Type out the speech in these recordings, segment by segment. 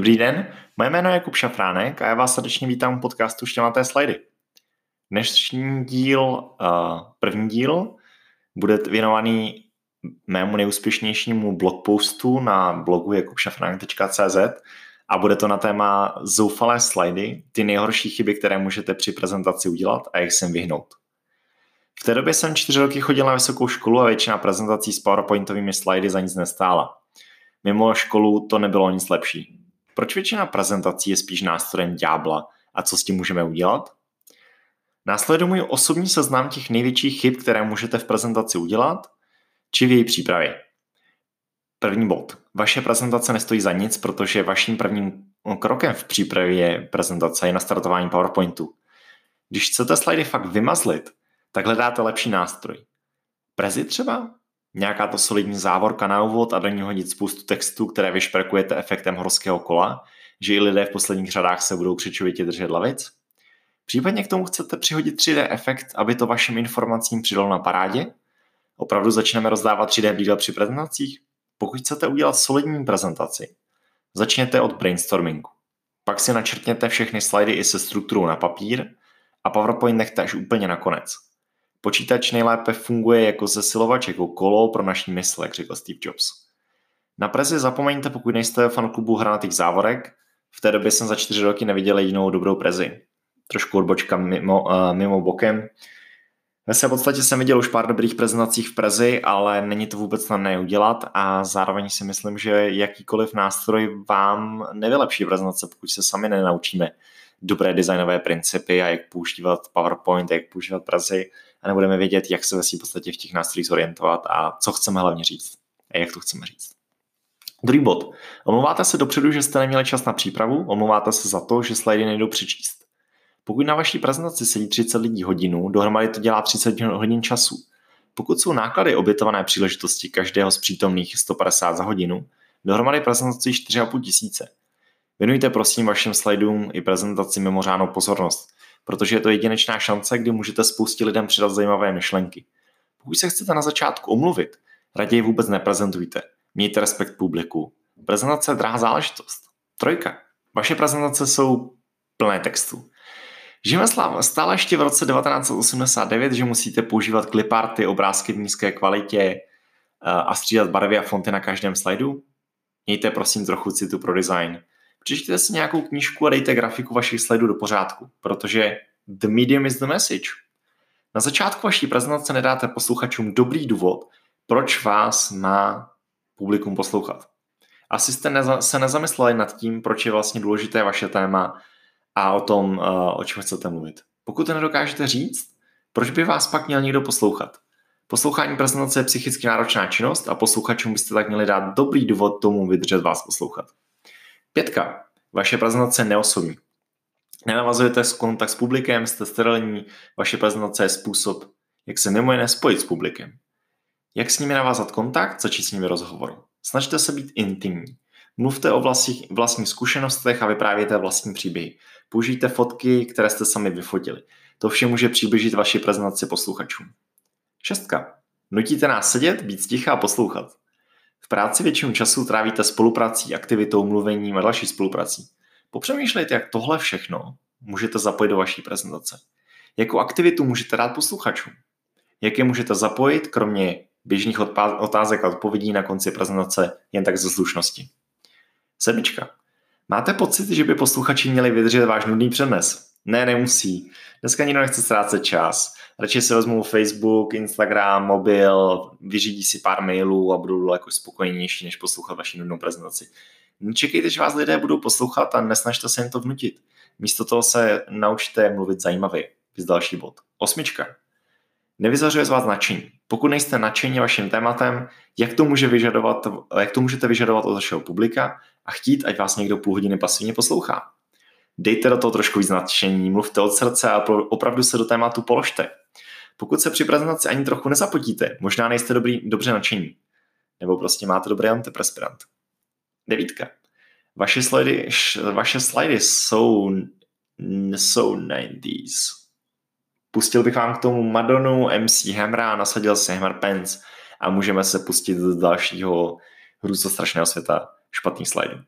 Dobrý den, moje jméno je Jakub Šafránek a já vás srdečně vítám u podcastu Štěmaté slajdy. Dnešní první díl, bude věnovaný mému nejúspěšnějšímu blogpostu na blogu jakubšafranek.cz a bude to na téma zoufalé slajdy, ty nejhorší chyby, které můžete při prezentaci udělat a jak se jim vyhnout. V té době jsem 4 roky chodil na vysokou školu a většina prezentací s PowerPointovými slajdy za nic nestála. Mimo školu to nebylo nic lepší. Proč většina prezentací je spíš nástrojem ďábla a co s tím můžeme udělat? Následuje můj osobní seznam těch největších chyb, které můžete v prezentaci udělat, či v její přípravě. První bod. Vaše prezentace nestojí za nic, protože vaším prvním krokem v přípravě prezentace je nastartování PowerPointu. Když chcete slajdy fakt vymazlit, tak hledáte lepší nástroj. Prezi třeba? Nějaká to solidní závorka na úvod a do ní hodit spoustu textů, které vyšperkujete efektem horského kola, že i lidé v posledních řadách se budou křičovitě držet lavic? Případně k tomu chcete přihodit 3D efekt, aby to vašim informacím přidalo na parádě? Opravdu začneme rozdávat 3D brýle při prezentacích? Pokud chcete udělat solidní prezentaci, začněte od brainstormingu. Pak si načrtněte všechny slajdy i se strukturou na papír a PowerPoint nechte až úplně nakonec. Počítač nejlépe funguje jako zesilovač, jako kolo pro naší mysl, jak řekl Steve Jobs. Na prezi zapomeňte, pokud nejste v fanklubu hranatých závorek. V té době jsem za 4 roky neviděl jedinou dobrou prezi. Trošku odbočka mimo bokem. Ve své podstatě jsem viděl už pár dobrých prezentacích v prezi, ale není to vůbec snadné udělat a zároveň si myslím, že jakýkoliv nástroj vám nevylepší prezentace, pokud se sami nenaučíme dobré designové principy a jak používat PowerPoint, jak používat prezi a nebudeme vědět, jak se ve svým podstatě v těch nástrojích zorientovat a co chceme hlavně říct a jak to chceme říct. Druhý bod. Omlouváte se dopředu, že jste neměli čas na přípravu, omlouváte se za to, že slajdy nejdou přečíst. Pokud na vaší prezentaci sedí 30 lidí hodinu, dohromady to dělá 30 hodin času. Pokud jsou náklady obětované příležitosti každého z přítomných 150 za hodinu, dohromady prezentaci 4,5 tisíce. Věnujte prosím vašim slajdům i prezentaci mimořádnou pozornost, protože je to jedinečná šance, kdy můžete spoustě lidem přidat zajímavé myšlenky. Pokud se chcete na začátku omluvit, raději vůbec neprezentujte. Mějte respekt publiku. Prezentace je drahá záležitost. 3. Vaše prezentace jsou plné textu. Žijeme stále ještě v roce 1989, že musíte používat cliparty, obrázky v nízké kvalitě a střídat barvy a fonty na každém slajdu? Mějte prosím trochu citu pro design. Přečtěte si nějakou knížku a dejte grafiku vašich slajdů do pořádku, protože the medium is the message. Na začátku vaší prezentace nedáte posluchačům dobrý důvod, proč vás má publikum poslouchat. Asi jste se nezamysleli nad tím, proč je vlastně důležité vaše téma a o tom, o čem chcete mluvit. Pokud to nedokážete říct, proč by vás pak měl někdo poslouchat? Poslouchání prezentace je psychicky náročná činnost a posluchačům byste tak měli dát dobrý důvod tomu vydržet vás poslouchat. 5. Vaše prezentace je neosobní. Nenavazujete kontakt s publikem, jste sterilní, vaše prezentace je způsob, jak se mimo jiné spojit s publikem. Jak s nimi navázat kontakt, začít s nimi rozhovor. Snažte se být intimní. Mluvte o vlastních zkušenostech a vyprávějte vlastní příběhy. Použijte fotky, které jste sami vyfotili. To vše může přiblížit vaši prezentaci posluchačům. 6. Nutíte nás sedět, být ticha a poslouchat. V práci většinu času trávíte spoluprací, aktivitou, mluvením a další spoluprací. Popřemýšlejte, jak tohle všechno můžete zapojit do vaší prezentace. Jakou aktivitu můžete dát posluchačům? Jak je můžete zapojit, kromě běžných otázek a odpovědí na konci prezentace, jen tak ze slušnosti. 7. Máte pocit, že by posluchači měli vydržet váš nudný přednes? Ne, nemusí. Dneska nikdo nechce ztrácet čas. Radši si vezmou Facebook, Instagram, mobil, vyřídí si pár mailů a budou jako spokojenější, než poslouchat vaši nudnou prezentaci. Nečekejte, že vás lidé budou poslouchat a nesnažte se jim to vnutit. Místo toho se naučte mluvit zajímavě. Vys další bod. 8. Nevyzařuje z vás nadšení. Pokud nejste nadšení vaším tématem, jak to můžete vyžadovat od vašeho publika a chtít, ať vás někdo půl hodiny pasivně poslouchá. Dejte do toho trošku víc nadšení, mluvte od srdce a opravdu se do tématu položte. Pokud se při prezentaci ani trochu nezapotíte, možná nejste dobře nadšení. Nebo prostě máte dobrý antiperspirant. 9. Vaše slajdy jsou 90s. Pustil bych vám k tomu Madonu, MC Hammera a nasadil si Hammer Pants a můžeme se pustit do dalšího hrůzostrašného světa špatných slajdů.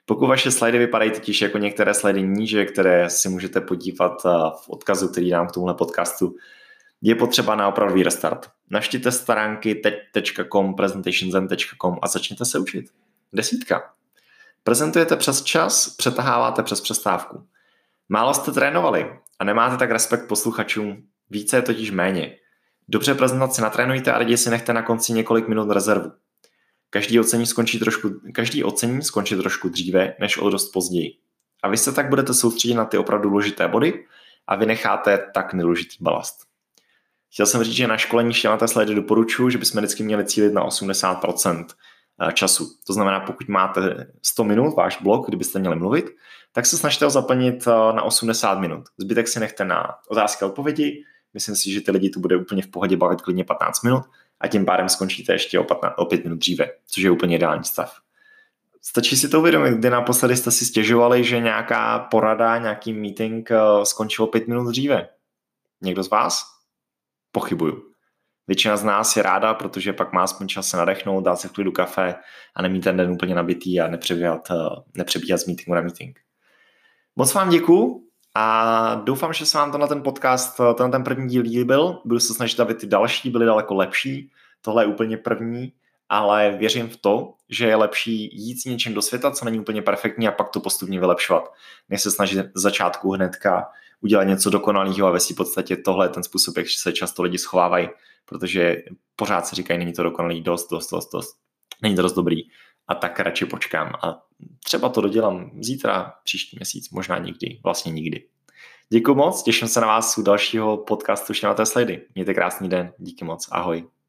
Pokud vaše slidy vypadají totiž jako některé slidy níže, které si můžete podívat v odkazu, který dám k tomuhle podcastu, je potřeba na opravdový restart. Navštivte stránky teď.com, presentationzen.com a začněte se učit. 10. Prezentujete přes čas, přetaháváte přes přestávku. Málo jste trénovali a nemáte tak respekt posluchačům, více je totiž méně. Dobře prezentaci natrénujte a raději si nechte na konci několik minut rezervu. Každý ocení skončí trošku dříve, než o dost později. A vy se tak budete soustředit na ty opravdu důležité body a vynecháte tak nedůležitý balast. Chtěl jsem říct, že na školení štěmaté slidy doporučuji, že bychom vždycky měli cílit na 80% času. To znamená, pokud máte 100 minut, váš blok, kdybyste měli mluvit, tak se snažte ho zaplnit na 80 minut. Zbytek si nechte na otázky a odpovědi. Myslím si, že ty lidi tu bude úplně v pohodě bavit klidně 15 minut a tím pádem skončíte ještě o 5 minut dříve, což je úplně ideální stav. Stačí si to uvědomit, kdy naposledy jste si stěžovali, že nějaká porada, nějaký meeting skončilo 5 minut dříve. Někdo z vás? Pochybuju. Většina z nás je ráda, protože pak má aspoň čas se nadechnout, dát se v klidu kafe a nemít ten den úplně nabitý a nepřebíhat z meetingu na meeting. Moc vám děkuju a doufám, že se vám ten podcast, ten první díl líbil. Budu se snažit, aby ty další byly daleko lepší. Tohle je úplně první, ale věřím v to, že je lepší jít s něčím do světa, co není úplně perfektní a pak to postupně vylepšovat. Než se snažit z začátku hnedka udělat něco dokonalého a ve svým podstatě tohle je ten způsob, jak se často lidi schovávají, protože pořád si říkají, není to dokonalý, dost, není to dost dobrý a tak radši počkám a třeba to dodělám zítra, příští měsíc, možná nikdy, vlastně nikdy. Děkuji moc, těším se na vás u dalšího podcastu Štěmaté slidy. Mějte krásný den, díky moc, ahoj.